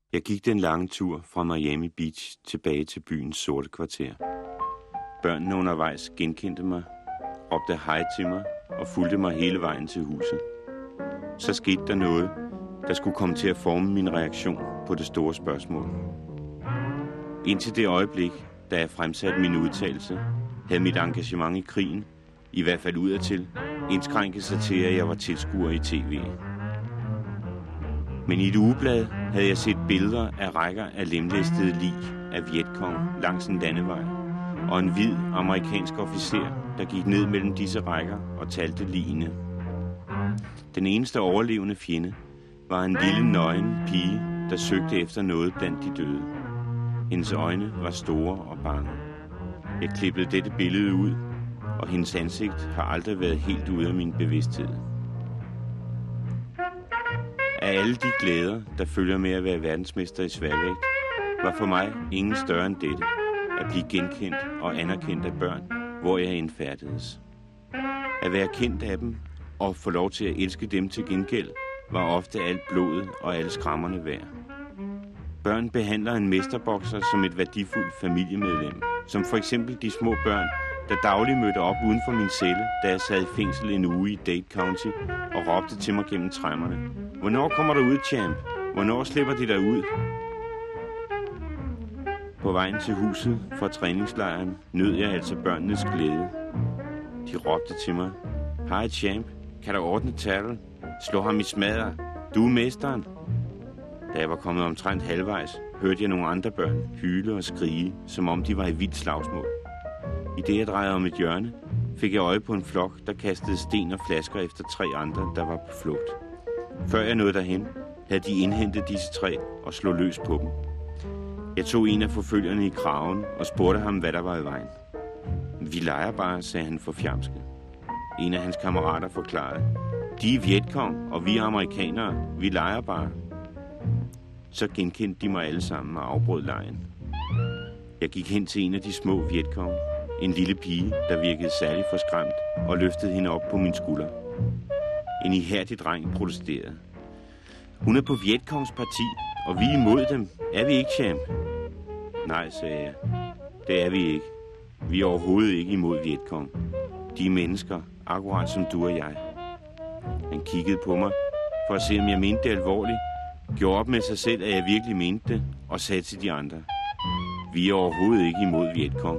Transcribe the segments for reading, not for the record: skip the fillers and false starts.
Jeg gik den lange tur fra Miami Beach tilbage til byens sorte kvarter. Børnene undervejs genkendte mig, råbte hej til mig og fulgte mig hele vejen til huset. Så skete der noget, der skulle komme til at forme min reaktion på det store spørgsmål. Indtil det øjeblik, da jeg fremsatte min udtalelse, havde mit engagement i krigen, i hvert fald udadtil, indskrænket sig til, at jeg var tilskuer i tv. Men i et ugeblad havde jeg set billeder af rækker af lemlæstede lig af Vietcong langs en landevej, og en hvid amerikansk officer, der gik ned mellem disse rækker og talte ligene. Den eneste overlevende fjende var en lille nøgen pige, der søgte efter noget blandt de døde. Hendes øjne var store og bange. Jeg klippede dette billede ud, og hendes ansigt har aldrig været helt ude af min bevidsthed. Af alle de glæder, der følger med at være verdensmester i sværvægt, var for mig ingen større end dette, at blive genkendt og anerkendt af børn, hvor jeg indfærdedes. At være kendt af dem og få lov til at elske dem til gengæld, var ofte alt blodet og alle skrammerne værd. Børn behandler en mesterbokser som et værdifuldt familiemedlem, som for eksempel de små børn, der dagligt mødte op uden for min celle, da jeg sad i fængsel en uge i Dade County og råbte til mig gennem tremmerne. Hvornår kommer du ud, champ? Hvornår slipper de dig ud? På vejen til huset fra træningslejren nød jeg altså børnenes glæde. De råbte til mig. Hej, champ. Kan du ordne Terrell? Slå ham i smadder. Du er mesteren. Da jeg var kommet omtrent halvvejs, hørte jeg nogle andre børn hyle og skrige, som om de var i vildt slagsmål. I det jeg drejede om et hjørne, fik jeg øje på en flok, der kastede sten og flasker efter 3 andre, der var på flugt. Før jeg nåede derhen, havde de indhentet disse 3 og slå løs på dem. Jeg tog en af forfølgerne i kraven og spurgte ham, hvad der var i vejen. Vi leger bare, sagde han forfjamsket. En af hans kammerater forklarede. De er Vietcong, og vi er amerikanere. Vi leger bare. Så genkendte de mig alle sammen og afbrød legen. Jeg gik hen til en af de små Vietcong, en lille pige, der virkede særlig forskræmt, og løftede hende op på min skulder. En ihærdig dreng protesterede. Hun er på Vietcongs parti, og vi er imod dem. Er vi ikke, champ? Nej, sagde jeg. Det er vi ikke. Vi er overhovedet ikke imod Vietcong. De er mennesker, akkurat som du og jeg. Han kiggede på mig, for at se, om jeg mente det alvorligt, gjorde op med sig selv, at jeg virkelig mente det, og sagde til de andre. Vi er overhovedet ikke imod Vietcong.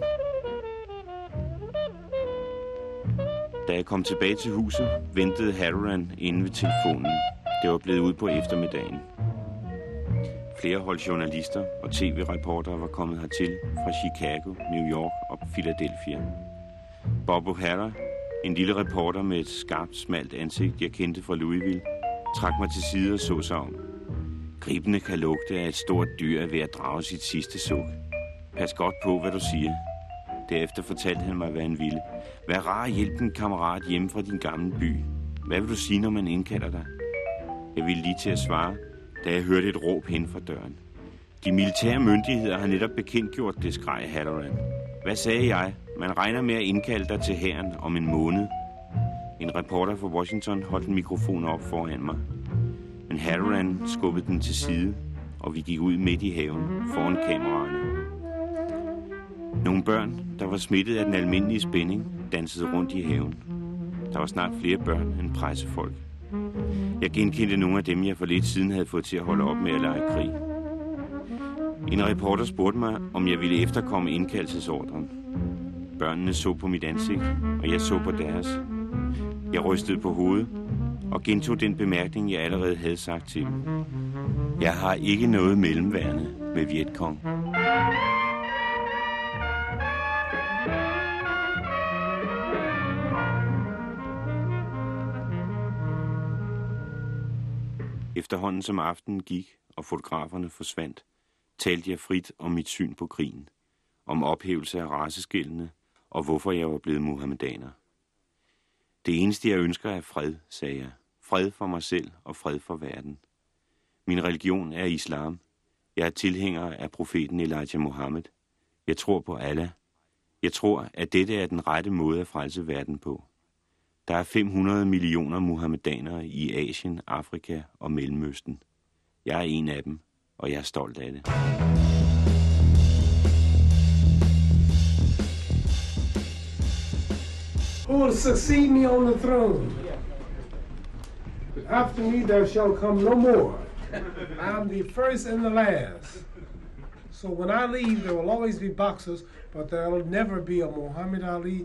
Da jeg kom tilbage til huset, ventede Halloran inde ved telefonen. Det var blevet ud på eftermiddagen. Flere hold journalister og tv-reportere var kommet hertil fra Chicago, New York og Philadelphia. Bob O'Hara, en lille reporter med et skarpt, smalt ansigt, jeg kendte fra Louisville, trak mig til side og så sig om. Gribende kan lugte af et stort dyr er ved at drage sit sidste suk. Pas godt på, hvad du siger. Derefter fortalte han mig, hvad han ville. Vær rar at hjælpe en kammerat hjemme fra din gamle by. Hvad vil du sige, når man indkalder dig? Jeg ville lige til at svare, da jeg hørte et råb hen fra døren. De militære myndigheder har netop bekendtgjort det, skreg Halloran. Hvad sagde jeg? Man regner med at indkalde dig til hæren om en måned. En reporter fra Washington holdt en mikrofon op foran mig. Men Halloran skubbede den til side, og vi gik ud midt i haven foran kameraerne. Nogle børn, der var smittet af den almindelige spænding, dansede rundt i haven. Der var snart flere børn end pressefolk. Jeg genkendte nogle af dem, jeg for lidt siden havde fået til at holde op med at lege krig. En reporter spurgte mig, om jeg ville efterkomme indkaldelsesordren. Børnene så på mit ansigt, og jeg så på deres. Jeg rystede på hovedet og gentog den bemærkning, jeg allerede havde sagt til dem. Jeg har ikke noget mellemværende med Vietcong. Efterhånden som aftenen gik, og fotograferne forsvandt, talte jeg frit om mit syn på krigen, om ophævelse af raceskellene, og hvorfor jeg var blevet muhammedaner. Det eneste, jeg ønsker, er fred, sagde jeg. Fred for mig selv og fred for verden. Min religion er islam. Jeg er tilhænger af profeten Elijah Muhammed. Jeg tror på Allah. Jeg tror, at dette er den rette måde at frelse verden på. Der er 500 millioner muhammedanere i Asien, Afrika og Mellemøsten. Jeg er en af dem. og jeg er stolt af det. Who will succeed me on the throne? After me there shall come no more. I am the first and the last. So when I leave, there will always be boxers, but there will never be a Muhammad Ali.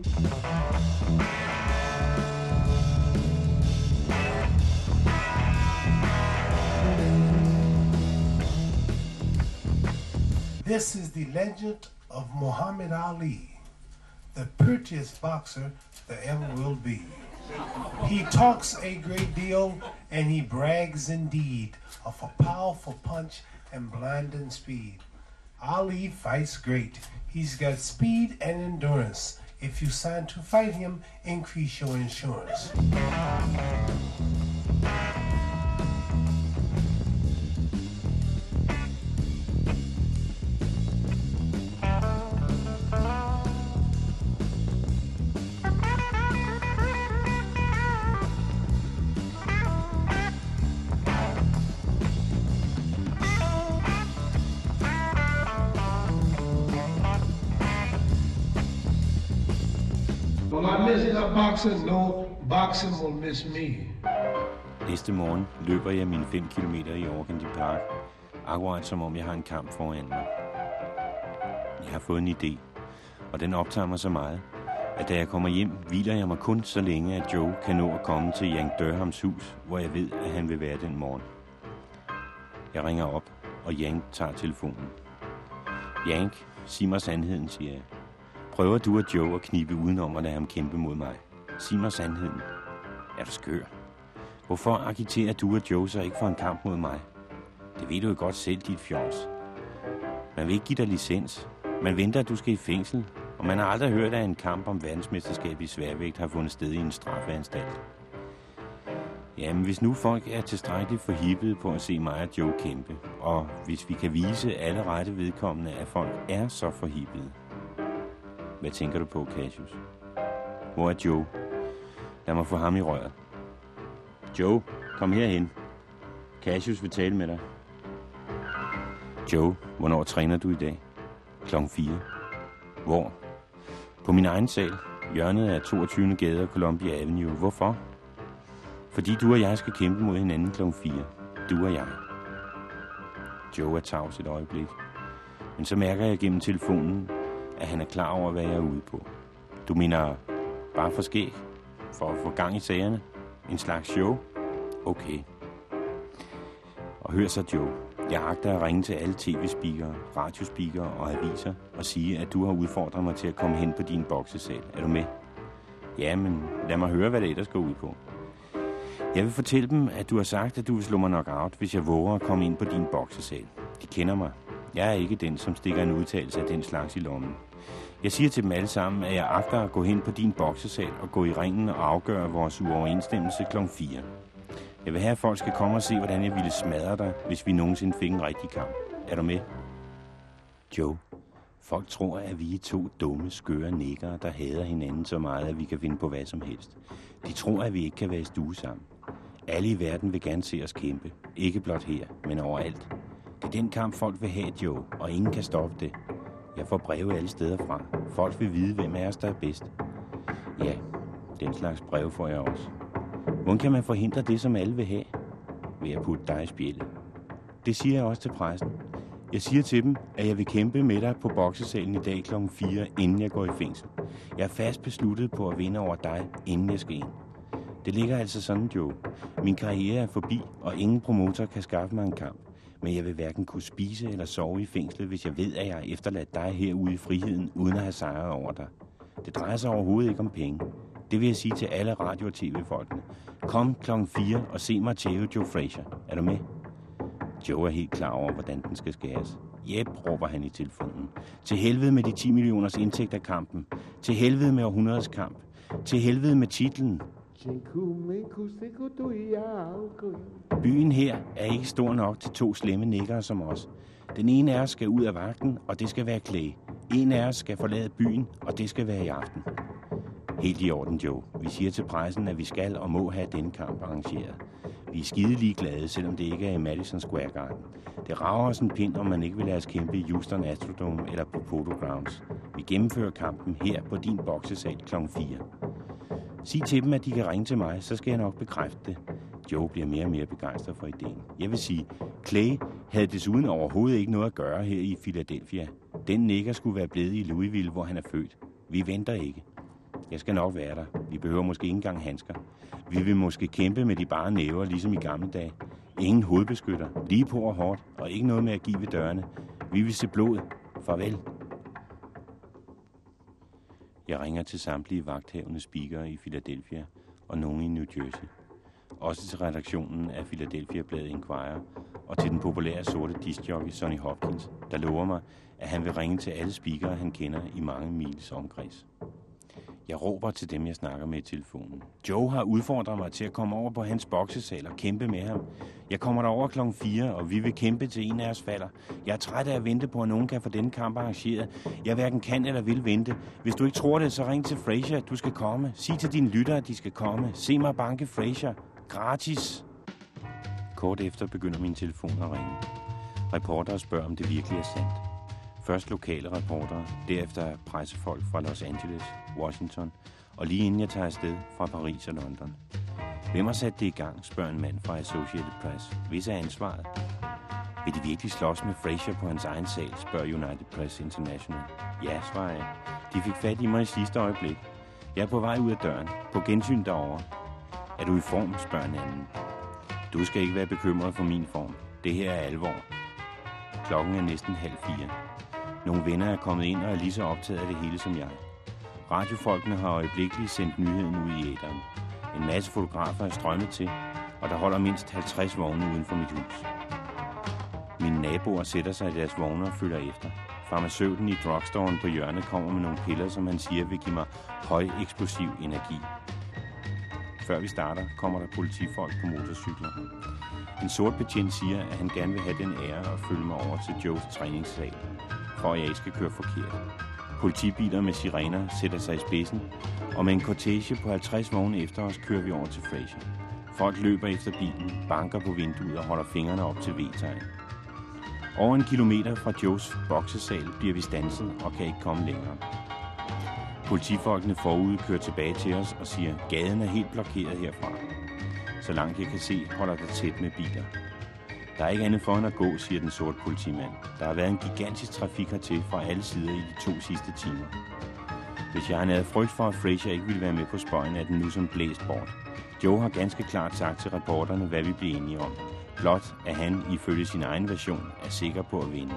This is the legend of Muhammad Ali, the prettiest boxer there ever will be. He talks a great deal, and he brags indeed of a powerful punch and blinding speed. Ali fights great. He's got speed and endurance. If you sign to fight him, increase your insurance. Will I miss the boxing? No, boxing will miss me. Næste morgen løber jeg mine 5 kilometer i Organdy Park, akkurat som om jeg har en kamp foran mig. Jeg har fået en idé, og den optager mig så meget, at da jeg kommer hjem, hviler jeg mig kun så længe, at Joe kan nå at komme til Yank Durhams hus, hvor jeg ved, at han vil være den morgen. Jeg ringer op, og Yank tager telefonen. Yank, sig mig sandheden, siger jeg. Prøver du og Joe at knibe udenom og lade ham kæmpe mod mig? Sig mig sandheden. Er du skør? Hvorfor agiterer du og Joe så ikke for en kamp mod mig? Det ved du jo godt selv, dit fjols. Man vil ikke give dig licens. Man venter, at du skal i fængsel. Og man har aldrig hørt, at en kamp om verdensmesterskab i sværvægt har fundet sted i en straffeanstalt. Jamen, hvis nu folk er tilstrækkeligt forhippede på at se mig og Joe kæmpe, og hvis vi kan vise alle rette vedkommende, at folk er så forhippede. Hvad tænker du på, Cassius? Hvor er Joe? Lad mig få ham i røret. Joe, kom herhen. Cassius vil tale med dig. Joe, hvornår træner du i dag? 4:00. Hvor? På min egen sal. Hjørnet af 22. gade og Columbia Avenue. Hvorfor? Fordi du og jeg skal kæmpe mod hinanden 4:00. Du og jeg. Joe er tavs et øjeblik. Men så mærker jeg gennem telefonen, at han er klar over, hvad jeg er ude på. Du mener bare for skæg? For at få gang i sagerne? En slags show? Okay. Og hør så, Joe. Jeg agter at ringe til alle tv-speakere, radiospeakere og aviser og sige, at du har udfordret mig til at komme hen på din boksesal. Er du med? Ja, men lad mig høre, hvad det ellers går ud på. Jeg vil fortælle dem, at du har sagt, at du vil slå mig knockout, hvis jeg våger at komme ind på din boksesal. De kender mig. Jeg er ikke den, som stikker en udtalelse af den slags i lommen. Jeg siger til dem alle sammen, at jeg agter at gå hen på din boksesal og gå i ringen og afgøre vores uoverensstemmelse 4:00. Jeg vil have, at folk skal komme og se, hvordan jeg ville smadre dig, hvis vi nogensinde fik en rigtig kamp. Er du med? Joe, folk tror, at vi er 2 dumme, skøre niggere, der hader hinanden så meget, at vi kan finde på hvad som helst. De tror, at vi ikke kan være i stue sammen. Alle i verden vil gerne se os kæmpe. Ikke blot her, men overalt. Det er den kamp, folk vil have, Joe, og ingen kan stoppe det. Jeg får breve alle steder fra. Folk vil vide, hvem af os, der er bedst. Ja, den slags breve får jeg også. Hvordan kan man forhindre det, som alle vil have? Ved at putte dig i spjældet. Det siger jeg også til pressen. Jeg siger til dem, at jeg vil kæmpe med dig på boksesalen i dag 4:00, inden jeg går i fængsel. Jeg er fast besluttet på at vinde over dig, inden jeg skal ind. Det ligger altså sådan, Joe. Min karriere er forbi, og ingen promotor kan skaffe mig en kamp. Men jeg vil hverken kunne spise eller sove i fængslet, hvis jeg ved, at jeg har efterladt dig herude i friheden, uden at have sejret over dig. Det drejer sig overhovedet ikke om penge. Det vil jeg sige til alle radio- og tv-folkene. Kom 4:00 og se Matteo Joe Frazier. Er du med? Joe er helt klar over, hvordan den skal skæres. Jep, råber han i telefonen. Til helvede med de 10 millioners indtægt af kampen. Til helvede med århundredets kamp. Til helvede med titlen. Byen her er ikke stor nok til 2 slemme niggere som os. Den ene af os skal ud af vagten, og det skal være Clay. En af os skal forlade byen, og det skal være i aften. Helt i orden, Joe. Vi siger til pressen, at vi skal og må have denne kamp arrangeret. Vi er skidelig glade, selvom det ikke er i Madison Square Garden. Det rager os en pind, om man ikke vil lade os kæmpe i Houston Astrodome eller på Polo Grounds. Vi gennemfører kampen her på din boksesal kl. 4. Sig til dem, at de kan ringe til mig, så skal jeg nok bekræfte det. Joe bliver mere og mere begejstret for ideen. Jeg vil sige, Clay havde desuden overhovedet ikke noget at gøre her i Philadelphia. Den nigger skulle være blevet i Louisville, hvor han er født. Vi venter ikke. Jeg skal nok være der. Vi behøver måske ikke engang handsker. Vi vil måske kæmpe med de bare næver, ligesom i gamle dage. Ingen hovedbeskytter, lige på og hårdt, og ikke noget med at give ved dørene. Vi vil se blod. Farvel. Jeg ringer til samtlige vagthavende speakere i Philadelphia og nogen i New Jersey. Også til redaktionen af Philadelphia-bladet Inquirer og til den populære sorte discjockey Sonny Hopkins, der lover mig, at han vil ringe til alle speakere, han kender i mange miles omkreds. Jeg råber til dem, jeg snakker med i telefonen. Joe har udfordret mig til at komme over på hans boksesal og kæmpe med ham. Jeg kommer derover kl. 4, og vi vil kæmpe til en af os falder. Jeg er træt af at vente på, at nogen kan få denne kamp arrangeret. Jeg hverken kan eller vil vente. Hvis du ikke tror det, så ring til Frazier. Du skal komme. Sig til dine lyttere, at de skal komme. Se mig banke Frazier. Gratis. Kort efter begynder min telefon at ringe. Reportere spørger, om det virkelig er sandt. Først lokale reportere, derefter pressefolk fra Los Angeles, Washington, og lige inden jeg tager afsted fra Paris og London. Hvem har sat det i gang, spørger en mand fra Associated Press. Hvis er ansvaret? Vil de virkelig slås med Frazier på hans egen sal, spørger United Press International. Ja, svarer jeg. De fik fat i mig i sidste øjeblik. Jeg er på vej ud af døren. På gensyn derovre. Er du i form, spørger en anden. Du skal ikke være bekymret for min form. Det her er alvor. Klokken er næsten 3:30. Nogle venner er kommet ind og er lige så optaget af det hele som jeg. Radiofolkene har øjeblikkeligt sendt nyheden ud i æteren. En masse fotografer er strømmet til, og der holder mindst 50 vogne uden for mit hus. Mine naboer sætter sig i deres vogne og følger efter. Farmaceuten i drugstoren på hjørnet kommer med nogle piller, som han siger vil give mig høj eksplosiv energi. Før vi starter, kommer der politifolk på motorcykler. En sort betjent siger, at han gerne vil have den ære at følge mig over til Joes træningssal, for at jeg ikke skal køre forkert. Politibiler med sirener sætter sig i spidsen, og med en kortege på 50 vogne efter os kører vi over til Frazier. Folk løber efter bilen, banker på vinduet og holder fingrene op til V-tegn. Over 1 kilometer fra Joes boksesal bliver vi standset og kan ikke komme længere. Politifolkene forude kører tilbage til os og siger, at gaden er helt blokeret herfra. Så langt jeg kan se, holder der tæt med biler. Der er ikke andet for end at gå, siger den sorte politimand. Der har været en gigantisk trafik hertil fra alle sider i de 2 sidste timer. Hvis jeg havde frygt for, at Frazier ikke ville være med på spøjen, er den nu som blæst bort. Joe har ganske klart sagt til reporterne, hvad vi bliver enige om. Blot at han, ifølge sin egen version, er sikker på at vinde.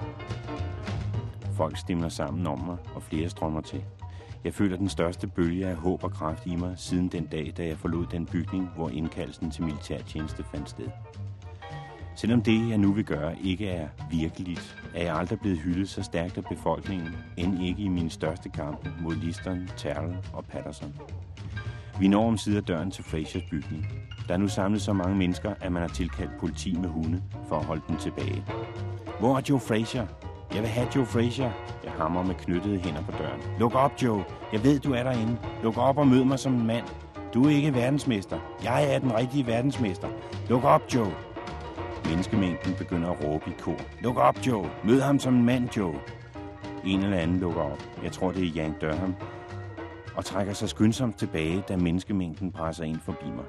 Folk stimler sammen om mig, og flere strømmer til. Jeg føler den største bølge af håb og kraft i mig, siden den dag, da jeg forlod den bygning, hvor indkaldelsen til militærtjeneste fandt sted. Selvom det, jeg nu vil gøre, ikke er virkeligt, er jeg aldrig blevet hyldet så stærkt af befolkningen, end ikke i mine største kampe mod Liston, Terrell og Patterson. Vi når omsider døren til Fraziers bygning. Der er nu samlet så mange mennesker, at man har tilkaldt politi med hunde for at holde dem tilbage. Hvor er Joe Frazier? Jeg vil have Joe Frazier. Jeg hamrer med knyttede hænder på døren. Luk op, Joe. Jeg ved, du er derinde. Luk op og mød mig som en mand. Du er ikke verdensmester. Jeg er den rigtige verdensmester. Luk op, Joe. Menneskemængden begynder at råbe i kor. Luk op, Joe. Mød ham som en mand, Joe. En eller anden lukker op. Jeg tror, det er Yank Durham. Og trækker sig skyndsomt tilbage, da menneskemængden presser ind forbi mig.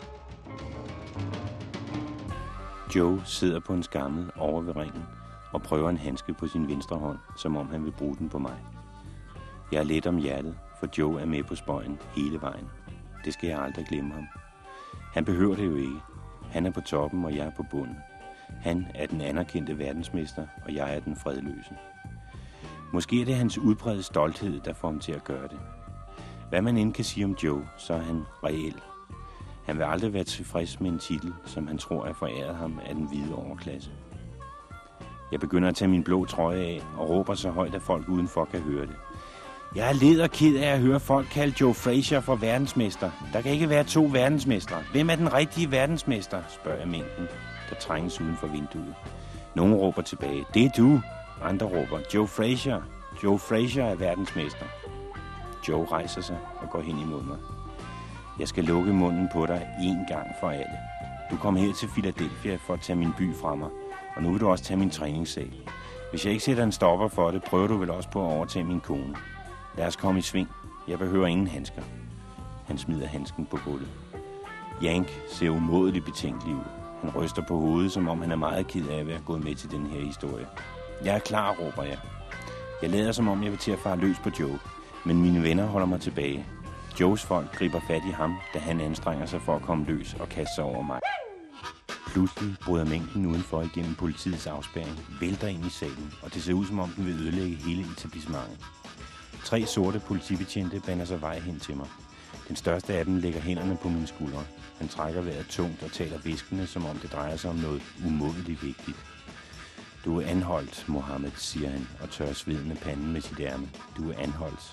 Joe sidder på en skammel over ved ringen og prøver en handske på sin venstre hånd, som om han vil bruge den på mig. Jeg er let om hjertet, for Joe er med på spøjen hele vejen. Det skal jeg aldrig glemme ham. Han behøver det jo ikke. Han er på toppen, og jeg er på bunden. Han er den anerkendte verdensmester, og jeg er den fredløse. Måske er det hans udbredte stolthed, der får ham til at gøre det. Hvad man end kan sige om Joe, så er han reel. Han vil aldrig være tilfreds med en titel, som han tror er foræret ham af den hvide overklasse. Jeg begynder at tage min blå trøje af og råber så højt, at folk udenfor kan høre det. Jeg er led og ked af at høre folk kalde Joe Frazier for verdensmester. Der kan ikke være 2 verdensmestre. Hvem er den rigtige verdensmester, spørger jeg mængden, der trænges uden for vinduet. Nogle råber tilbage, det er du. Andre råber, Joe Frazier. Joe Frazier er verdensmester. Joe rejser sig og går hen imod mig. Jeg skal lukke munden på dig 1 gang for alle. Du kom her til Philadelphia for at tage min by fra mig, og nu vil du også tage min træningssag. Hvis jeg ikke sætter en stopper for det, prøver du vel også på at overtage min kone. Lad os komme i sving. Jeg behøver ingen handsker. Han smider handsken på gulvet. Yank ser umådeligt betænkelig ud. Han ryster på hovedet, som om han er meget ked af at være gået med til den her historie. Jeg er klar, råber jeg. Jeg lader som om jeg vil til at fare løs på Joe, men mine venner holder mig tilbage. Joes folk griber fat i ham, da han anstrenger sig for at komme løs og kaste sig over mig. Pludselig bryder mængden udenfor igennem politiets afspærring, vælter ind i salen, og det ser ud som om den vil ødelægge hele etablissementet. 3 sorte politibetjente bander sig vej hen til mig. Den største af dem lægger hænderne på mine skuldre. Han trækker vejret tungt og taler hviskende, som om det drejer sig om noget umådeligt vigtigt. Du er anholdt, Mohammed, siger han, og tørrer sveden af panden med sit ærme. Du er anholdt.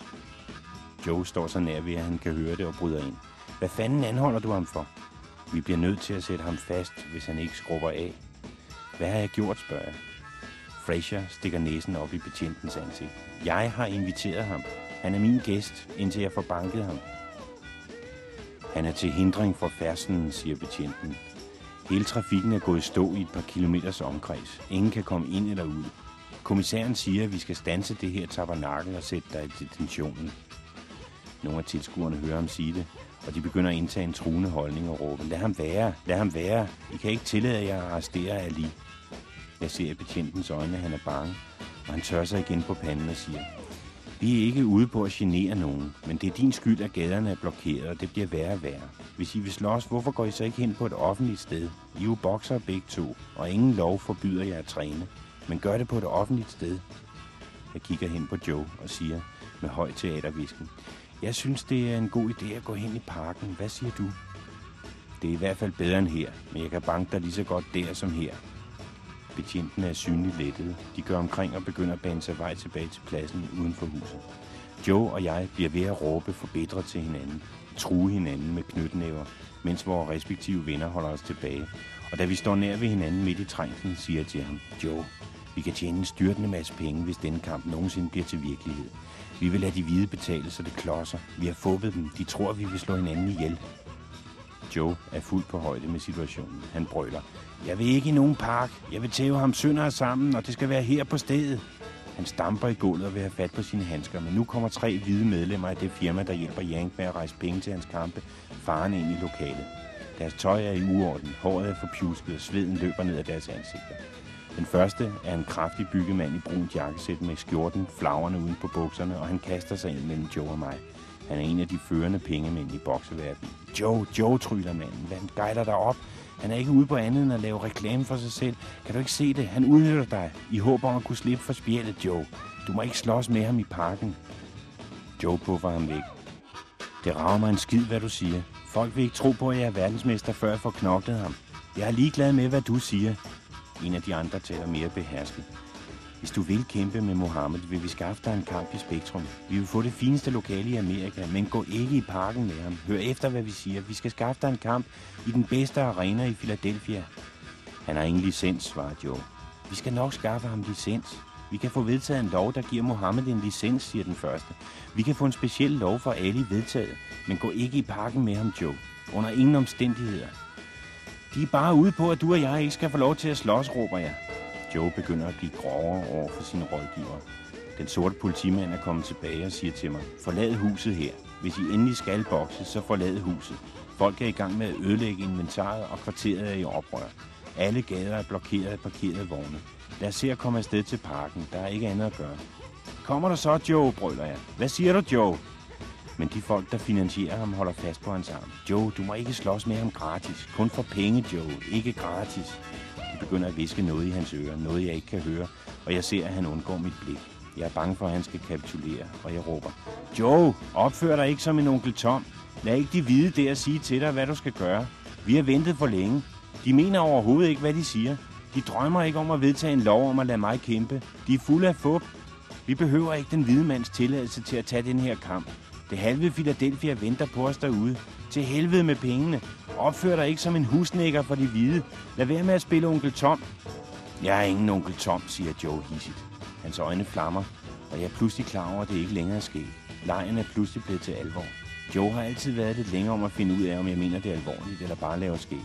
Joe står så nær ved, at han kan høre det og bryder ind. Hvad fanden anholder du ham for? Vi bliver nødt til at sætte ham fast, hvis han ikke skrubber af. Hvad har jeg gjort, spørger jeg. Frazier stikker næsen op i betjentens ansigt. Jeg har inviteret ham. Han er min gæst, indtil jeg får banket ham. Han er til hindring for færdslen, siger betjenten. Hele trafikken er gået i stå i et par kilometers omkreds. Ingen kan komme ind eller ud. Kommissæren siger, at vi skal standse det her tabernakel og sætte dig i detentionen. Nogle af tilskuerne hører ham sige det, og de begynder at indtage en truende holdning og råbe, lad ham være, lad ham være. I kan ikke tillade jer at arrestere Ali. Jeg ser i betjentens øjne, at han er bange, og han tørrer sig igen på panden og siger, vi er ikke ude på at genere nogen, men det er din skyld, at gaderne er blokeret, og det bliver værre og værre. Hvis I vil slås, hvorfor går I så ikke hen på et offentligt sted? I er jo boksere begge to, og ingen lov forbyder jer at træne, men gør det på et offentligt sted. Jeg kigger hen på Joe og siger med høj teaterhvisken, jeg synes, det er en god idé at gå hen i parken. Hvad siger du? Det er i hvert fald bedre end her, men jeg kan banke dig lige så godt der som her. Betjenten er synligt lettede. De går omkring og begynder at bane sig vej tilbage til pladsen uden for huset. Joe og jeg bliver ved at råbe forbedret til hinanden, true hinanden med knytnæver, mens vores respektive venner holder os tilbage. Og da vi står nær ved hinanden midt i trængslen, siger jeg til ham, Joe, vi kan tjene en styrtende masse penge, hvis denne kamp nogensinde bliver til virkelighed. Vi vil lade de hvide betale, så det klodser. Vi har fubbet dem. De tror, vi vil slå hinanden ihjel. Joe er fuldt på højde med situationen. Han brøler. Jeg vil ikke i nogen park. Jeg vil tæve ham sønder sammen, og det skal være her på stedet. Han stamper i gulvet og vil have fat på sine handsker, men nu kommer 3 hvide medlemmer af det firma, der hjælper Yank med at rejse penge til hans kampe, farende ind i lokalet. Deres tøj er i uorden, håret er forpjusket, og sveden løber ned af deres ansigter. Den første er en kraftig byggemand i brunt jakkesæt med skjorten flagrende uden på bukserne, og han kaster sig ind mellem Joe og mig. Han er en af de førende pengemænd i bokseverdenen. Joe, tryller manden. Han guider dig op. Han er ikke ude på andet end at lave reklame for sig selv. Kan du ikke se det? Han udnytter dig. I håber om at kunne slippe for spjældet, Joe. Du må ikke slås med ham i parken. Joe puffer ham væk. Det rager mig en skid, hvad du siger. Folk vil ikke tro på, at jeg er verdensmester, før jeg får knoklet ham. Jeg er ligeglad med, hvad du siger. En af de andre taler mere behersket. Hvis du vil kæmpe med Mohammed, vil vi skaffe dig en kamp i Spektrum. Vi vil få det fineste lokale i Amerika, men gå ikke i parken med ham. Hør efter, hvad vi siger. Vi skal skaffe dig en kamp i den bedste arena i Philadelphia. Han har ingen licens, svarer Joe. Vi skal nok skaffe ham licens. Vi kan få vedtaget en lov, der giver Mohammed en licens, siger den første. Vi kan få en speciel lov for Ali vedtaget, men gå ikke i parken med ham, Joe. Under ingen omstændigheder. De er bare ude på, at du og jeg ikke skal få lov til at slås, råber jeg. Joe begynder at blive grovere over for sine rådgivere. Den sorte politimand er kommet tilbage og siger til mig, forlad huset her. Hvis I endelig skal bokse, så forlad huset. Folk er i gang med at ødelægge inventaret, og kvarteret er i oprør. Alle gader er blokeret af parkerede vogne. Lad os se at komme afsted til parken. Der er ikke andet at gøre. Kommer der så, Joe, brøler jeg. Hvad siger du, Joe? Men de folk, der finansierer ham, holder fast på hans arm. Joe, du må ikke slås med ham gratis. Kun for penge, Joe. Ikke gratis. De begynder at viske noget i hans ører. Noget, jeg ikke kan høre. Og jeg ser, at han undgår mit blik. Jeg er bange for, at han skal kapitulere. Og jeg råber. Joe, opfør dig ikke som en onkel Tom. Lad ikke de hvide der sige til dig, hvad du skal gøre. Vi har ventet for længe. De mener overhovedet ikke, hvad de siger. De drømmer ikke om at vedtage en lov om at lade mig kæmpe. De er fulde af fup. Vi behøver ikke den hvide mands tilladelse til at tage den her kamp. Det halve Philadelphia venter på os derude. Til helvede med pengene. Opfør dig ikke som en husnækker for de hvide. Lad være med at spille onkel Tom. Jeg er ingen onkel Tom, siger Joe hissigt. Hans øjne flammer, og jeg er pludselig klar over, at det ikke længere er sket. Lejen er pludselig blevet til alvor. Joe har altid været lidt længere om at finde ud af, om jeg mener det er alvorligt eller bare laver skæg.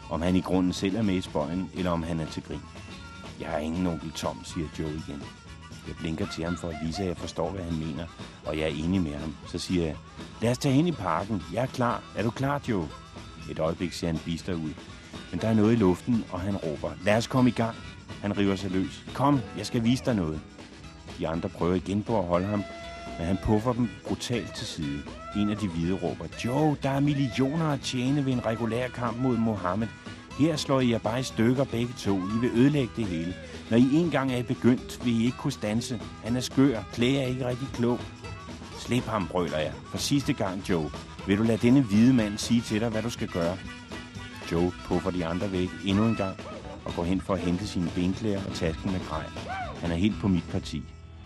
Om han i grunden selv er med i spøjen, eller om han er til grin. Jeg har ingen onkel Tom, siger Joe igen. Jeg blinker til ham for at vise, at jeg forstår, hvad han mener, og jeg er enig med ham. Så siger jeg, lad os tage hen i parken. Jeg er klar. Er du klar, Joe? Et øjeblik ser han bister ud. Men der er noget i luften, og han råber, lad os komme i gang. Han river sig løs. Kom, jeg skal vise dig noget. De andre prøver igen på at holde ham, men han puffer dem brutalt til side. En af de hvide råber, Joe, der er millioner at tjene ved en regulær kamp mod Mohammed. Her slår I jer bare i stykker begge to. I vil ødelægge det hele. Når I engang er begyndt, vil I ikke kunne standse. Han er skør. Clay er ikke rigtig klog. Slip ham, brøler jeg. For sidste gang, Joe. Vil du lade denne hvide mand sige til dig, hvad du skal gøre? Joe puffer de andre væk endnu en gang og går hen for at hente sine benklæder og tasken med grej. Han er helt på mit parti.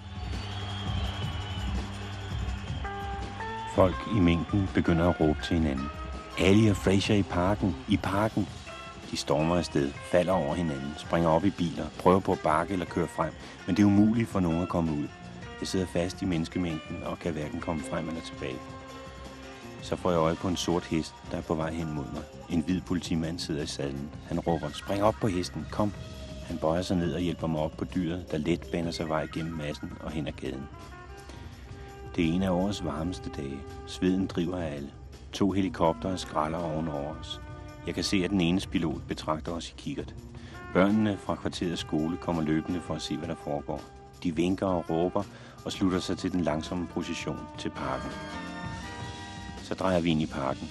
Folk i mængden begynder at råbe til hinanden. Ali og Frazier i parken, i parken. De stormer afsted, falder over hinanden, springer op i biler, prøver på at bakke eller køre frem, men det er umuligt for nogen at komme ud. Jeg sidder fast i menneskemængden og kan hverken komme frem eller tilbage. Så får jeg øje på en sort hest, der er på vej hen mod mig. En hvid politimand sidder i sadlen. Han råber, spring op på hesten, kom. Han bøjer sig ned og hjælper mig op på dyret, der let baner sig vej gennem massen og hen ad gaden. Det er en af årets varmeste dage. Sveden driver af alle. 2 helikoptere skræller ovenover os. Jeg kan se, at den ene pilot betragter os i kikkert. Børnene fra kvarterets skole kommer løbende for at se, hvad der foregår. De vinker og råber og slutter sig til den langsomme procession til parken. Så drejer vi ind i parken.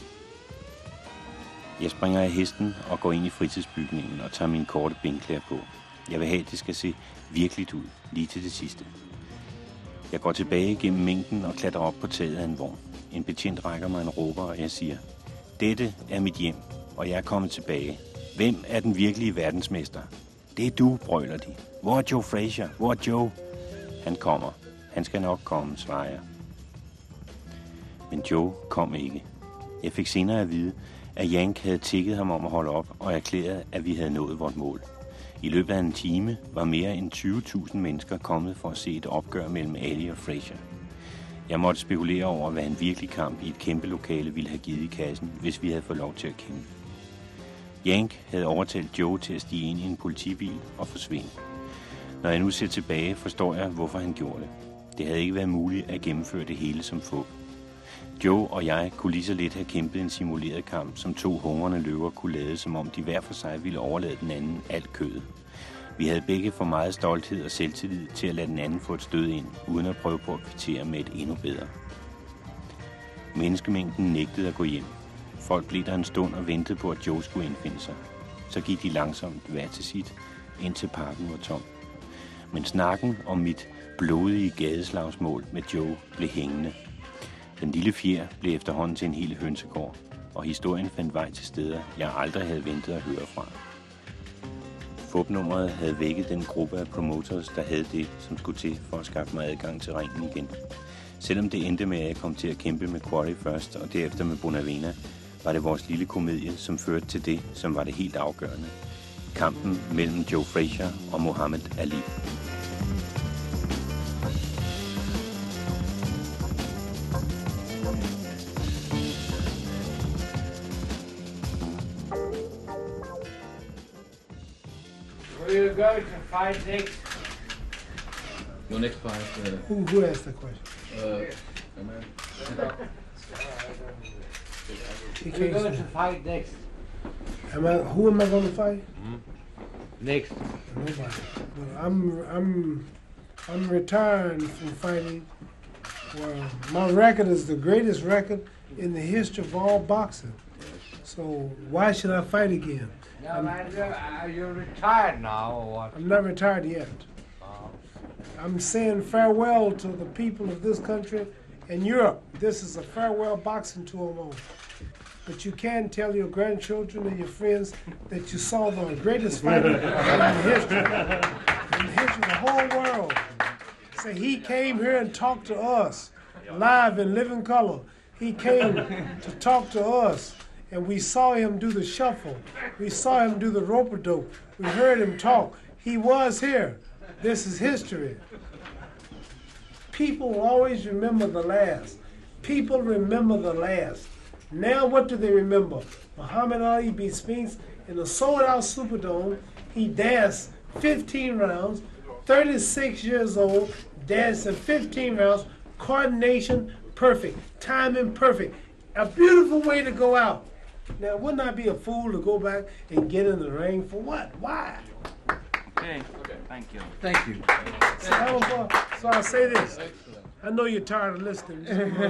Jeg springer af hesten og går ind i fritidsbygningen og tager mine korte benklæder på. Jeg vil have, at det skal se virkeligt ud, lige til det sidste. Jeg går tilbage gennem mængden og klatrer op på taget af en vogn. En betjent rækker mig en råber, og jeg siger, dette er mit hjem, og jeg er kommet tilbage. Hvem er den virkelige verdensmester? Det er du, brøler de. Hvor er Joe Frazier? Hvor er Joe? Han kommer. Han skal nok komme, svarer jeg. Men Joe kom ikke. Jeg fik senere at vide, at Yank havde tikket ham om at holde op og erklærede, at vi havde nået vort mål. I løbet af en time var mere end 20.000 mennesker kommet for at se et opgør mellem Ali og Frazier. Jeg måtte spekulere over, hvad en virkelig kamp i et kæmpe lokale ville have givet i kassen, hvis vi havde fået lov til at kæmpe. Yank havde overtalt Joe til at stige ind i en politibil og forsvinde. Når jeg nu ser tilbage, forstår jeg, hvorfor han gjorde det. Det havde ikke været muligt at gennemføre det hele som fup. Joe og jeg kunne lige så lidt have kæmpet en simuleret kamp, som 2 hungrende løver kunne lade, som om de hver for sig ville overlade den anden alt kødet. Vi havde begge for meget stolthed og selvtillid til at lade den anden få et stød ind, uden at prøve på at kvittere med et endnu bedre. Menneskemængden nægtede at gå hjem. Folk blev der en stund og ventede på, at Joe skulle indfinde sig. Så gik de langsomt hver til sit, indtil parken var tom. Men snakken om mit blodige gadeslagsmål med Joe blev hængende. Den lille fjer blev efterhånden til en hel hønsegård, og historien fandt vej til steder, jeg aldrig havde ventet at høre fra. Fupnummeret havde vækket den gruppe af promoters, der havde det, som skulle til for at skaffe mig adgang til ringen igen. Selvom det endte med, at jeg kom til at kæmpe med Quarry først, og derefter med Bonavena, var det vores lille komedie, som førte til det, som var det helt afgørende. Kampen mellem Joe Frazier og Muhammad Ali. Where are you going to fight next? Your next fight. Who asked the question? Where are you going to fight next? Who am I going to fight? Next. Nobody. I'm retiring from fighting. Well, my record is the greatest record in the history of all boxing. So why should I fight again? No, man, you're retired now, or what? I'm not retired yet. I'm saying farewell to the people of this country and Europe. This is a farewell boxing tour I'm on. But you can tell your grandchildren and your friends that you saw the greatest fighter in the history of the whole world. Say he came here and talked to us live in living color. He came to talk to us. And we saw him do the shuffle. We saw him do the rope-a-dope. We heard him talk. He was here. This is history. People always remember the last. People remember the last. Now what do they remember? Muhammad Ali beat Spinks in a sold-out Superdome. He danced 15 rounds, 36 years old, dancing 15 rounds, coordination perfect, timing perfect. A beautiful way to go out. Now, wouldn't I be a fool to go back and get in the ring for what? Why? Okay, thank you. Thank you. So I'll say this. I know you're tired of listening.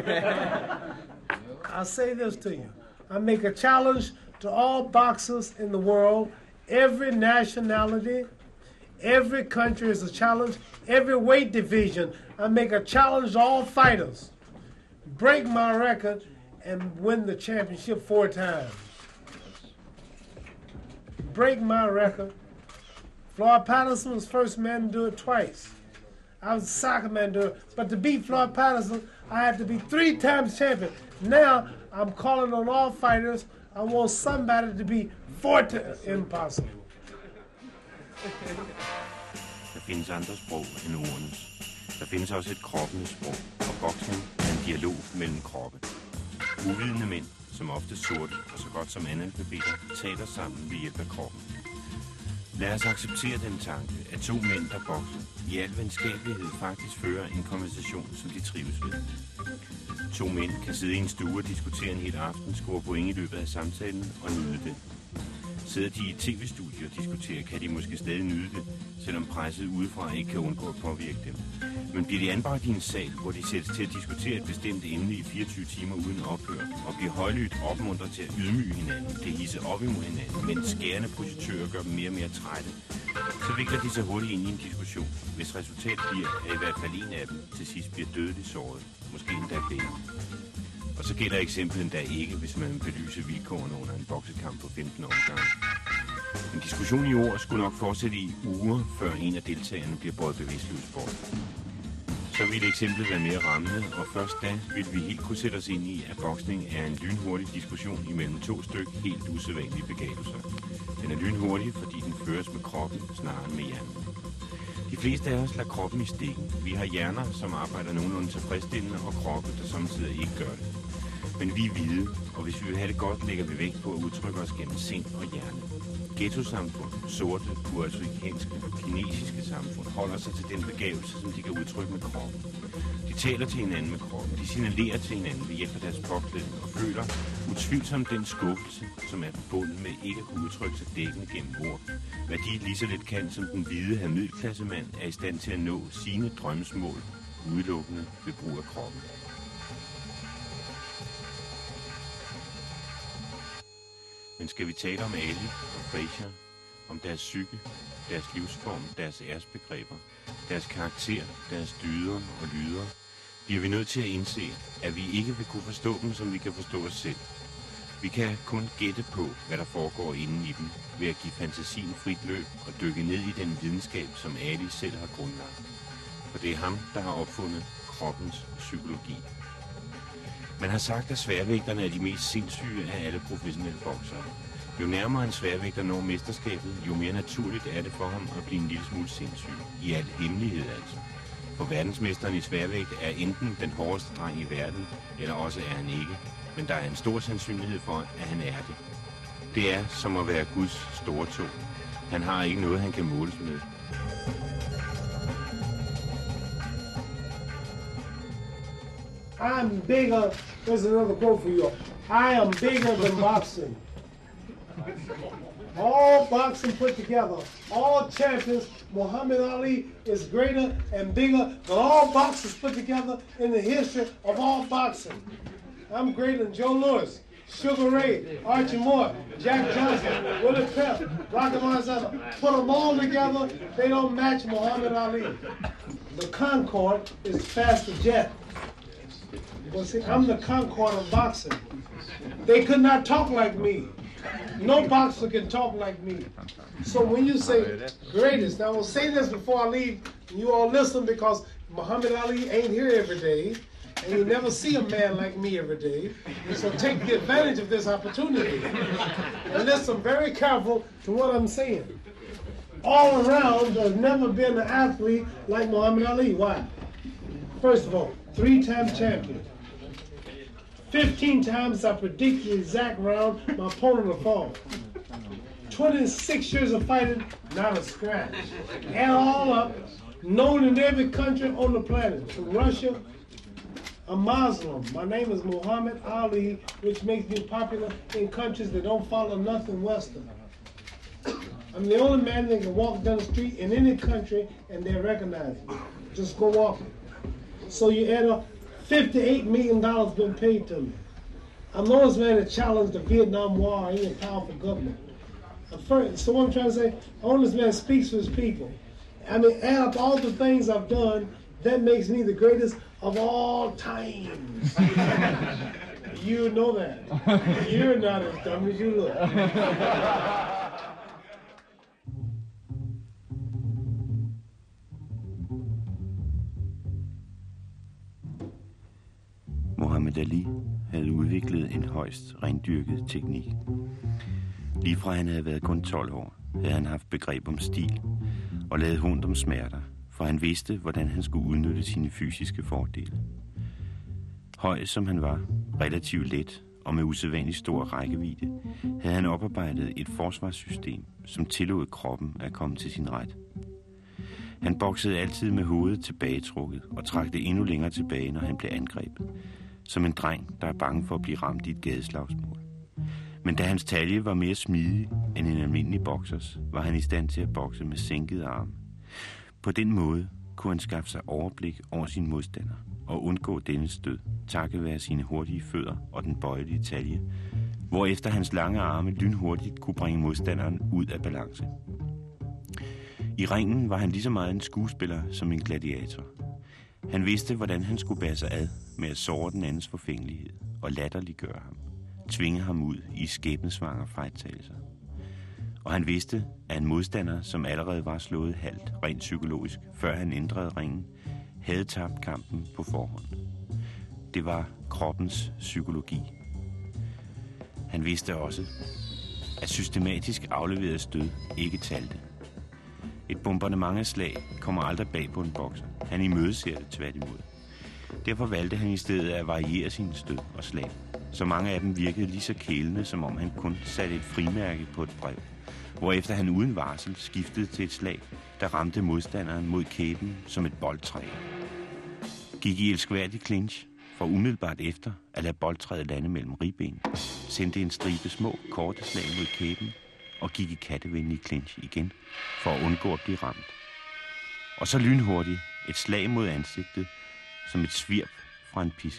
I'll say this to you. I make a challenge to all boxers in the world, every nationality, every country is a challenge, every weight division. I make a challenge to all fighters. Break my record and win the championship 4 times. Break my record. Floyd Patterson was the first man to do it twice. I was the second man to do it. But to beat Floyd Patterson, I had to be 3 times champion. Now, I'm calling on all fighters. I want somebody to be 4 times. Impossible. Der findes andre sprog end ordenes. Der findes også et kroppenes sprog, og boksning er en dialog mellem kroppe. Uvidende mænd, som ofte sorte og så godt som analfabeter, taler sammen ved hjælp af kroppen. Lad os acceptere den tanke, at 2 mænd, der bokser, i al venskabelighed faktisk fører en konversation, som de trives ved. 2 mænd kan sidde i en stue og diskutere en hel aften, score point i løbet af samtalen og nyde det. Sidder de i et tv-studie og diskuterer, kan de måske stadig nyde det, selvom presset udefra ikke kan undgå at påvirke dem. Men bliver de anbragt i en sal, hvor de sættes til at diskutere et bestemt emne i 24 timer uden ophør, og bliver højlydt opmuntret til at ydmyge hinanden, det hisse op imod hinanden, mens skærende projektører gør dem mere og mere trætte, så vikler de sig hurtigt ind i en diskussion, hvis resultat bliver, at i hvert fald en af dem til sidst bliver dødeligt såret, måske endda begge. Og så gælder eksemplet endda ikke, hvis man belyser vilkårene under en boksekamp på 15 omgange. En diskussion i ord skulle nok fortsætte i uger, før en af deltagerne bliver båret bevidstløs bort. Så ville eksemplet være mere rammende, og først da ville vi helt kunne sætte os ind i, at boksning er en lynhurtig diskussion imellem 2 stykker helt usædvanlige begavelser. Den er lynhurtig, fordi den føres med kroppen snarere end med hjernen. De fleste af os lader kroppen i stikken. Vi har hjerner, som arbejder nogenlunde tilfredsstillende, og kroppe, der samtidig ikke gør det. Men vi er hvide, og hvis vi vil have det godt, lægger vi vægt på at udtrykke os gennem sind og hjerne. Ghetto-samfund, sorte, puertoricanske og kinesiske samfund holder sig til den begavelse, som de kan udtrykke med kroppen. De taler til hinanden med kroppen, de signalerer til hinanden ved hjælp af deres påklædning og føler utvivlsomt den skuffelse, som er forbundet med ikke at kunne udtrykke sig dækkende gennem ord. Hvad de lige så lidt kan, som den hvide her middelklassemand er i stand til at nå sine drømmesmål udelukkende ved brug af kroppen. Men skal vi tale om Ali og Frazier, om deres psyke, deres livsform, deres æresbegreber, deres karakter, deres dyder og lyder, bliver vi nødt til at indse, at vi ikke vil kunne forstå dem, som vi kan forstå os selv. Vi kan kun gætte på, hvad der foregår inden i dem, ved at give fantasien frit løb og dykke ned i den videnskab, som Ali selv har grundlagt. For det er ham, der har opfundet kroppens psykologi. Man har sagt, at sværvægterne er de mest sindssyge af alle professionelle boksere. Jo nærmere en sværvægter når mesterskabet, jo mere naturligt er det for ham at blive en lille smule sindssyg. I al hemmelighed altså. For verdensmesteren i sværvægt er enten den hårdeste dreng i verden, eller også er han ikke. Men der er en stor sandsynlighed for, at han er det. Det er som at være Guds store tog. Han har ikke noget, han kan måles med. I'm bigger. There's another quote for you. I am bigger than boxing. All boxing put together, all champions, Muhammad Ali is greater and bigger than all boxers put together in the history of all boxing. I'm greater than Joe Louis, Sugar Ray, Archie Moore, Jack Johnson, Willie Pep, Rocky Marciano. Put them all together, they don't match Muhammad Ali. The Concorde is the fastest jet. Well, see, I'm the Concorde of boxing. They could not talk like me. No boxer can talk like me. So when you say greatest, now I will say this before I leave, and you all listen, because Muhammad Ali ain't here every day, and you never see a man like me every day. So take the advantage of this opportunity. And listen very careful to what I'm saying. All around, there's never been an athlete like Muhammad Ali. Why? First of all, 3-time champion. 15 times I predict the exact round my opponent will fall. 26 years of fighting, not a scratch. Add all up, known in every country on the planet, from Russia. I'm Muslim. My name is Muhammad Ali, which makes me popular in countries that don't follow nothing Western. I'm the only man that can walk down the street in any country and they recognize me. Just go walking. So you add up, $58 million been paid to me. I'm the only man that challenged the Vietnam War in a powerful government. So what I'm trying to say, the only man speaks for his people. I mean, add up all the things I've done, that makes me the greatest of all times. You know that. You're not as dumb as you look. Muhammad Ali havde udviklet en højst rendyrket teknik. Lige fra han havde været kun 12 år, havde han haft begreb om stil og lavet hund om smerter, for han vidste, hvordan han skulle udnytte sine fysiske fordele. Høj som han var, relativt let og med usædvanligt stor rækkevidde, havde han oparbejdet et forsvarssystem, som tillod kroppen at komme til sin ret. Han boksede altid med hovedet tilbagetrukket og trak det endnu længere tilbage, når han blev angrebet, som en dreng, der er bange for at blive ramt i et gadeslagsmål. Men da hans talje var mere smidig end en almindelig boksers, var han i stand til at bokse med sænkede arme. På den måde kunne han skaffe sig overblik over sin modstander og undgå denne stød, takket være sine hurtige fødder og den bøjelige talje, hvorefter hans lange arme lynhurtigt kunne bringe modstanderen ud af balance. I ringen var han lige så meget en skuespiller som en gladiator. Han vidste, hvordan han skulle bære sig ad med at såre den andens forfængelighed og latterliggøre ham, tvinge ham ud i skæbnesvanger fejltagelser. Og han vidste, at en modstander, som allerede var slået halvt rent psykologisk, før han ændrede ringen, havde tabt kampen på forhånd. Det var kroppens psykologi. Han vidste også, at systematisk afleveret stød ikke talte. Et bombardement af slag kommer aldrig bag på en bokser. Han imødeser det tværtimod. Derfor valgte han i stedet at variere sine stød og slag. Så mange af dem virkede lige så kælende, som om han kun satte et frimærke på et brev. Hvorefter han uden varsel skiftede til et slag, der ramte modstanderen mod kæben som et boldtræ. Gik i elskværdig clinch, for umiddelbart efter at lade boldtræet lande mellem ribben, sendte en stribe små, korte slag mod kæben og gik i kattevenlig clinch igen, for at undgå at blive ramt. Og så lynhurtigt et slag mod ansigtet, som et svirp fra en pisk.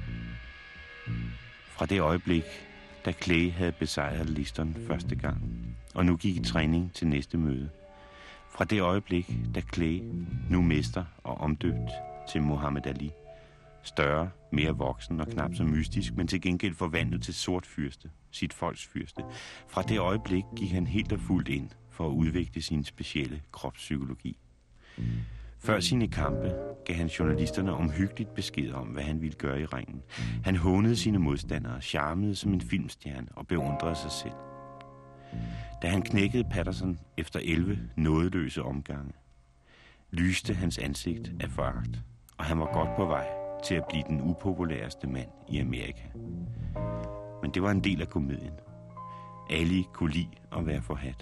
Fra det øjeblik, da Clay havde besejret Liston første gang, og nu gik i træning til næste møde. Fra det øjeblik, da Clay, nu mester og omdøbt til Muhammad Ali, større, mere voksen og knap så mystisk, men til gengæld forvandlet til sort fyrste, sit folks fyrste. Fra det øjeblik gik han helt og fuldt ind for at udvikle sin specielle kropspsykologi. Før sine kampe gav han journalisterne omhyggeligt besked om, hvad han ville gøre i ringen. Han hånede sine modstandere, charmede som en filmstjerne og beundrede sig selv. Da han knækkede Patterson efter 11 nådeløse omgange, lyste hans ansigt af foragt, og han var godt på vej til at blive den upopulæreste mand i Amerika. Men det var en del af komedien. Ali kunne lide at være forhadt.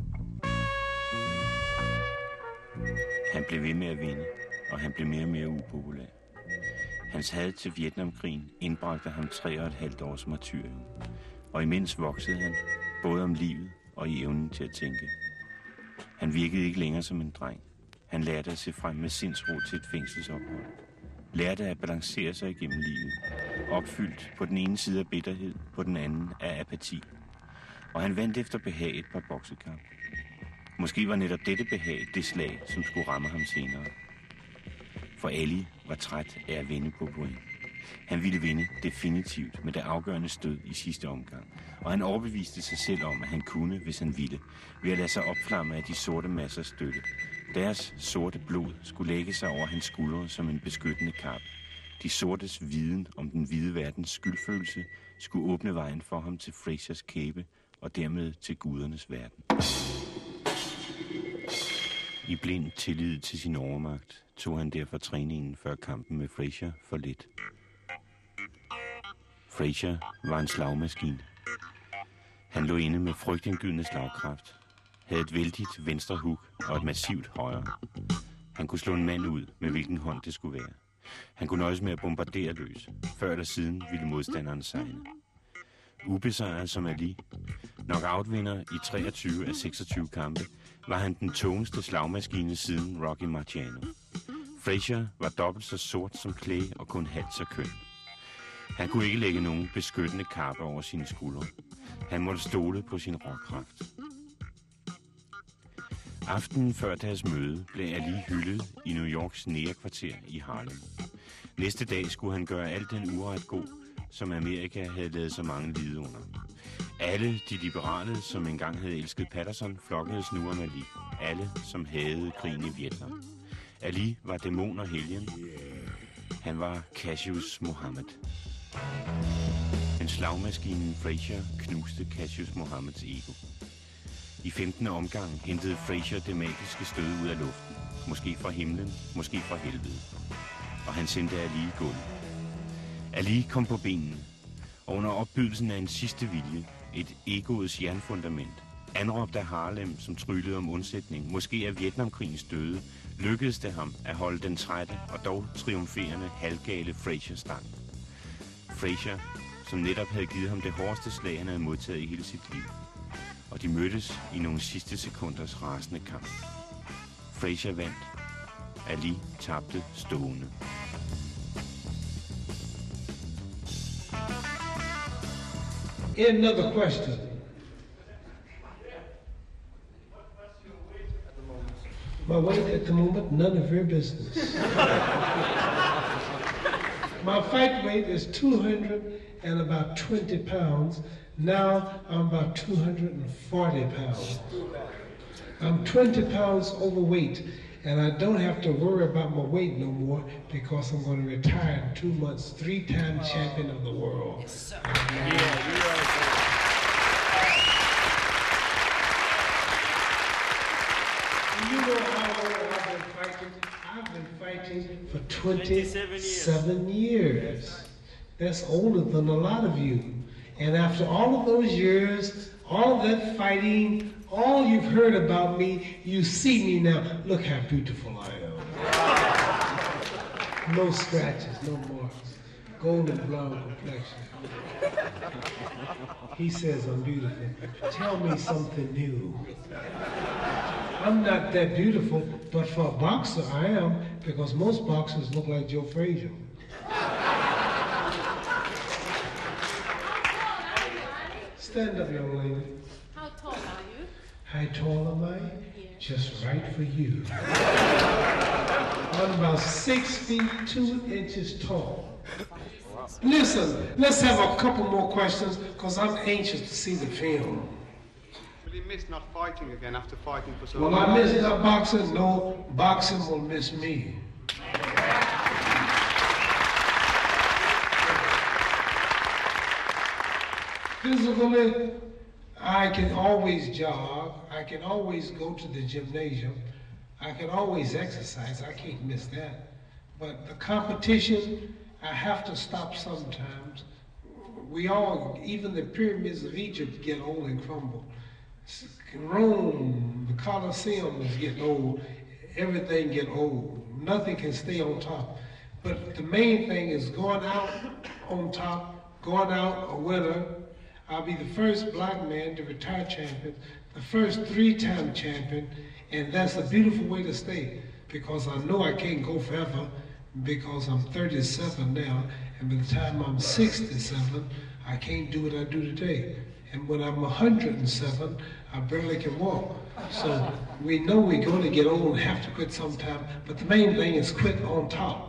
Han blev ved med at vinde, og han blev mere og mere upopulær. Hans had til Vietnamkrigen indbragte ham 3,5 års martyrium, og imens voksede han, både om livet og i evnen til at tænke. Han virkede ikke længere som en dreng. Han lærte at se frem med sindsro til et fængselsophold. Lærte at balancere sig igennem livet, opfyldt på den ene side af bitterhed, på den anden af apati. Og han vandt efter behag et par boksekamp. Måske var netop dette behag det slag, som skulle ramme ham senere. For Ali var træt af at vinde på point. Han ville vinde definitivt med det afgørende stød i sidste omgang. Og han overbeviste sig selv om, at han kunne, hvis han ville, ved at lade sig opflamme af de sorte massers støtte. Deres sorte blod skulle lægge sig over hans skuldre som en beskyttende kappe. De sortes viden om den hvide verdens skyldfølelse skulle åbne vejen for ham til Frasers kæbe og dermed til gudernes verden. I blind tillid til sin overmagt tog han derfor træningen før kampen med Fraser for lidt. Frazier var en slagmaskine. Han lå inde med frygtindgydende slagkraft, havde et vældigt venstre hook og et massivt højre. Han kunne slå en mand ud, med hvilken hånd det skulle være. Han kunne nøjes med at bombardere løs. Før eller siden ville modstanderen sejne. Ubesejret som Ali, knockout-vinder i 23 af 26 kampe, var han den tungeste slagmaskine siden Rocky Marciano. Frazier var dobbelt så sort som Clay og kun halvt så køn. Han kunne ikke lægge nogen beskyttende kappe over sine skuldre. Han måtte stole på sin råkraft. Aftenen før deres møde blev Ali hyldet i New Yorks negerkvarter i Harlem. Næste dag skulle han gøre alt den uret god, som Amerika havde lavet så mange lide under. Alle de liberale, som engang havde elsket Patterson, flokkedes nu om Ali. Alle, som hadede krigen i Vietnam. Ali var dæmon og helgen. Han var Cassius Muhammad. Men slagmaskinen Frazier knuste Cassius Muhammads ego. I 15. omgang hentede Frazier det magiske stød ud af luften. Måske fra himlen, måske fra helvede. Og han sendte Ali i gulvet. Ali kom på benene, og under opbydelsen af en sidste vilje, et egoets jernfundament, anråbt af Harlem, som tryllede om undsætning, måske af Vietnamkrigens døde, lykkedes det ham at holde den trætte og dog triumferende halvgale Frazier stang. Frazier, som netop havde givet ham det hårdeste slag, han havde modtaget i hele sit liv. Og de mødtes i nogle sidste sekunders rasende kamp. Frazier vandt. Ali tabte stående. Another question. My weight at the moment, none of your business. My fight weight is 220 pounds. Now I'm about 240 pounds. I'm 20 pounds overweight, and I don't have to worry about my weight no more because I'm going to retire in 2 months, 3-time champion of the world. Yes, sir. You know how long I've been fighting? I've been fighting for 27 years. That's older than a lot of you. And after all of those years, all of that fighting, all you've heard about me, you see me now. Look how beautiful I am. No scratches, no marks. Golden brown complexion. He says I'm beautiful. Tell me something new. I'm not that beautiful, but for a boxer I am, because most boxers look like Joe Frazier. Stand up, young lady. How tall are you? How tall am I? Yeah. Just right for you. I'm about 6 feet 2 inches tall. Listen, let's have a couple more questions, because I'm anxious to see the film. Will you miss not fighting again after fighting for so Will long? I miss not boxing? No, boxing will miss me. Physically, I can always jog. I can always go to the gymnasium. I can always exercise. I can't miss that. But the competition, I have to stop sometimes. We all, even the pyramids of Egypt get old and crumble. Rome, the Colosseum is getting old. Everything get old. Nothing can stay on top. But the main thing is going out on top, going out a winner. I'll be the first black man to retire champion, the first 3-time champion, and that's a beautiful way to stay, because I know I can't go forever, because I'm 37 now, and by the time I'm 67, I can't do what I do today. And when I'm 107, I barely can walk. So we know we're going to get old and have to quit sometime, but the main thing is quit on top.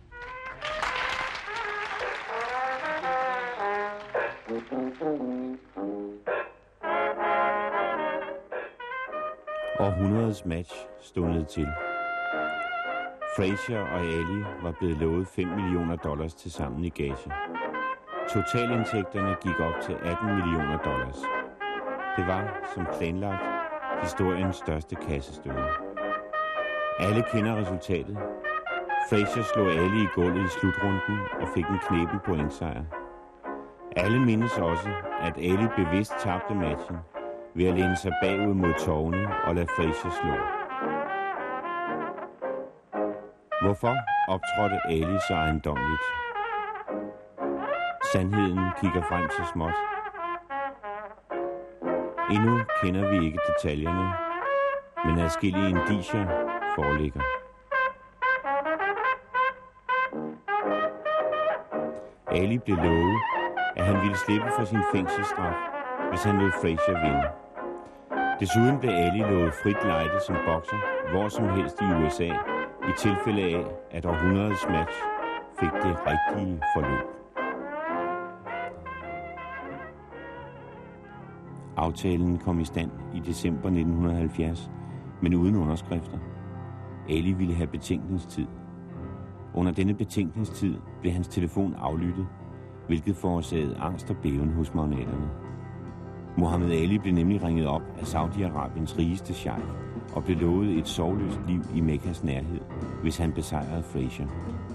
Århundredets match stundede til. Frazier og Ali var blevet lovet $5 millioner til sammen i gage. Totalindtægterne gik op til $18 millioner. Det var, som planlagt, historiens største kassestøde. Alle kender resultatet. Frazier slog Ali i gulvet i slutrunden og fik en kneben pointsejr. Alle mindes også, at Ali bevidst tabte matchen ved at læne sig bagud mod tårne og lade Frazier slå. Hvorfor optrådte Ali så ejendommeligt? Sandheden kigger frem så småt. Endnu kender vi ikke detaljerne, men adskillige indicier foreligger. Ali blev lovet, at han ville slippe for sin fængselsstraf, hvis han lod Frazier vinde. Desuden blev Ali lovet frit lejde som bokser, hvor som helst i USA, i tilfælde af, at århundredets match fik det rigtige forløb. Aftalen kom i stand i december 1970, men uden underskrifter. Ali ville have betænkningstid. Under denne betænkningstid blev hans telefon aflyttet, hvilket forårsagede angst og bæven hos magnaterne. Muhammad Ali blev nemlig ringet op af Saudi-Arabiens rigeste sheik og blev lovet et sorgløst liv i Mekkas nærhed, hvis han besejrede Frazier.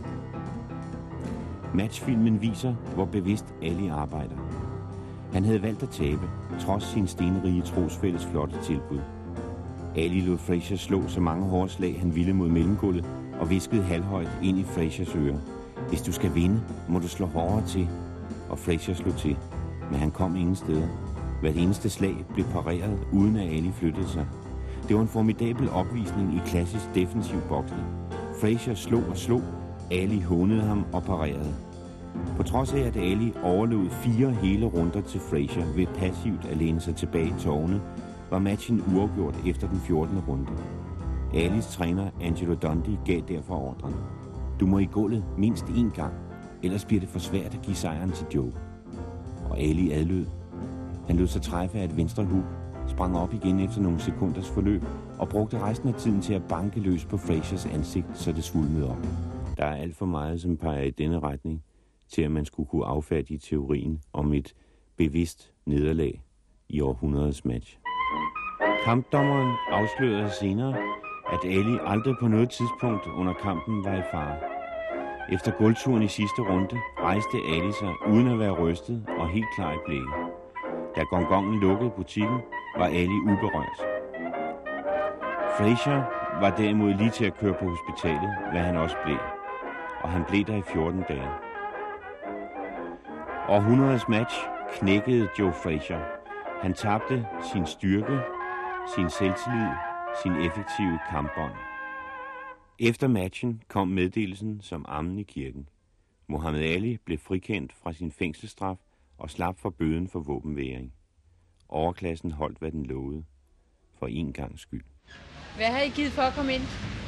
Matchfilmen viser, hvor bevidst Ali arbejder. Han havde valgt at tabe, trods sin stenrige trosfælles flotte tilbud. Ali lod Frazier slå så mange hårde slag, han ville mod mellemgulvet, og viskede halvhøjt ind i Fraziers øre. Hvis du skal vinde, må du slå hårdere til. Og Frazier slog til, men han kom ingen steder. Hvert eneste slag blev pareret, uden at Ali flyttede sig. Det var en formidabel opvisning i klassisk defensiv boksning. Frazier slog og slog, Ali hånede ham og parerede. På trods af, at Ali overlod 4 hele runder til Frazier ved passivt at læne sig tilbage i tårne, var matchen uafgjort efter den 14. runde. Alis træner Angelo Dundee gav derfor ordren. Du må i gulvet mindst 1 gang, ellers bliver det for svært at give sejren til Joe. Og Ali adlød. Han lod sig træffe af et venstre hook, sprang op igen efter nogle sekunders forløb og brugte resten af tiden til at banke løs på Fraziers ansigt, så det svulmede op. Der er alt for meget, som peger i denne retning, til at man skulle kunne affærdige teorien om et bevidst nederlag i århundredets match. Kampdommeren afslørede senere, at Ali aldrig på noget tidspunkt under kampen var i fare. Efter gulvturen i sidste runde rejste Ali sig uden at være rystet og helt klar i blikket. Da gongongen lukkede butikken, var Ali uberørt. Frazier var derimod lige til at køre på hospitalet, hvad han også blev. Og han blev der i 14 dage. Århundredets match knækkede Joe Frazier. Han tabte sin styrke, sin selvtillid, sin effektive kampbånd. Efter matchen kom meddelelsen som ammen i kirken. Muhammad Ali blev frikendt fra sin fængselsstraf og slap for bøden for våbenværing. Overklassen holdt, hvad den lovede. For en gangs skyld. Hvad har I givet for at komme ind?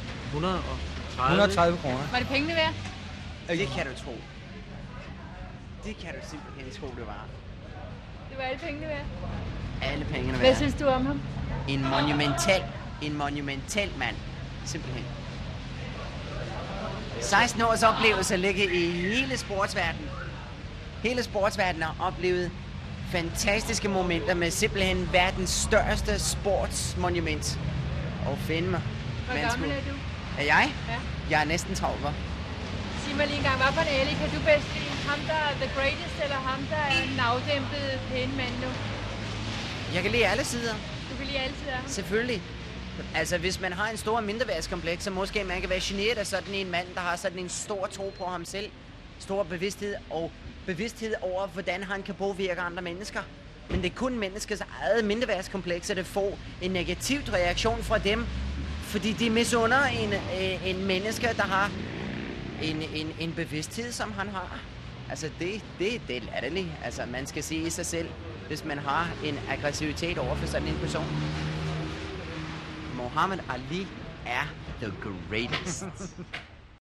130 kroner. Var det pengene værd? Det kan du tro. Det kan du simpelthen tro, det var. Det var alle pengene værd? Alle pengene værd. Hvad synes du om ham? En monumental mand. Simpelthen. 16 års oplevelse ligger i hele sportsverdenen. Hele sportsverdenen har oplevet fantastiske momenter med simpelthen verdens største sportsmonument. Og finde mig. Hvor gammel er du? Er jeg? Ja. Jeg er næsten 12 år. Sig mig lige en gang, hvad for en Ali kan du bedst lide? Ham, der er the greatest, eller ham, der er en afdæmpet pæne mand nu? Jeg kan lide alle sider. Du kan lide alle sider af ham? Selvfølgelig. Altså, hvis man har en stor mindreværdskompleks, så måske man kan være generet af sådan en mand, der har sådan en stor tro på ham selv. Stor bevidsthed og bevidsthed over, hvordan han kan påvirke andre mennesker. Men det er kun menneskers eget mindreværdskompleks, at det får en negativ reaktion fra dem, fordi de misunder en menneske, der har en bevidsthed, som han har. Altså, det er latterligt. Altså, man skal se i sig selv, hvis man har en aggressivitet over for sådan en person. Muhammad Ali er the greatest.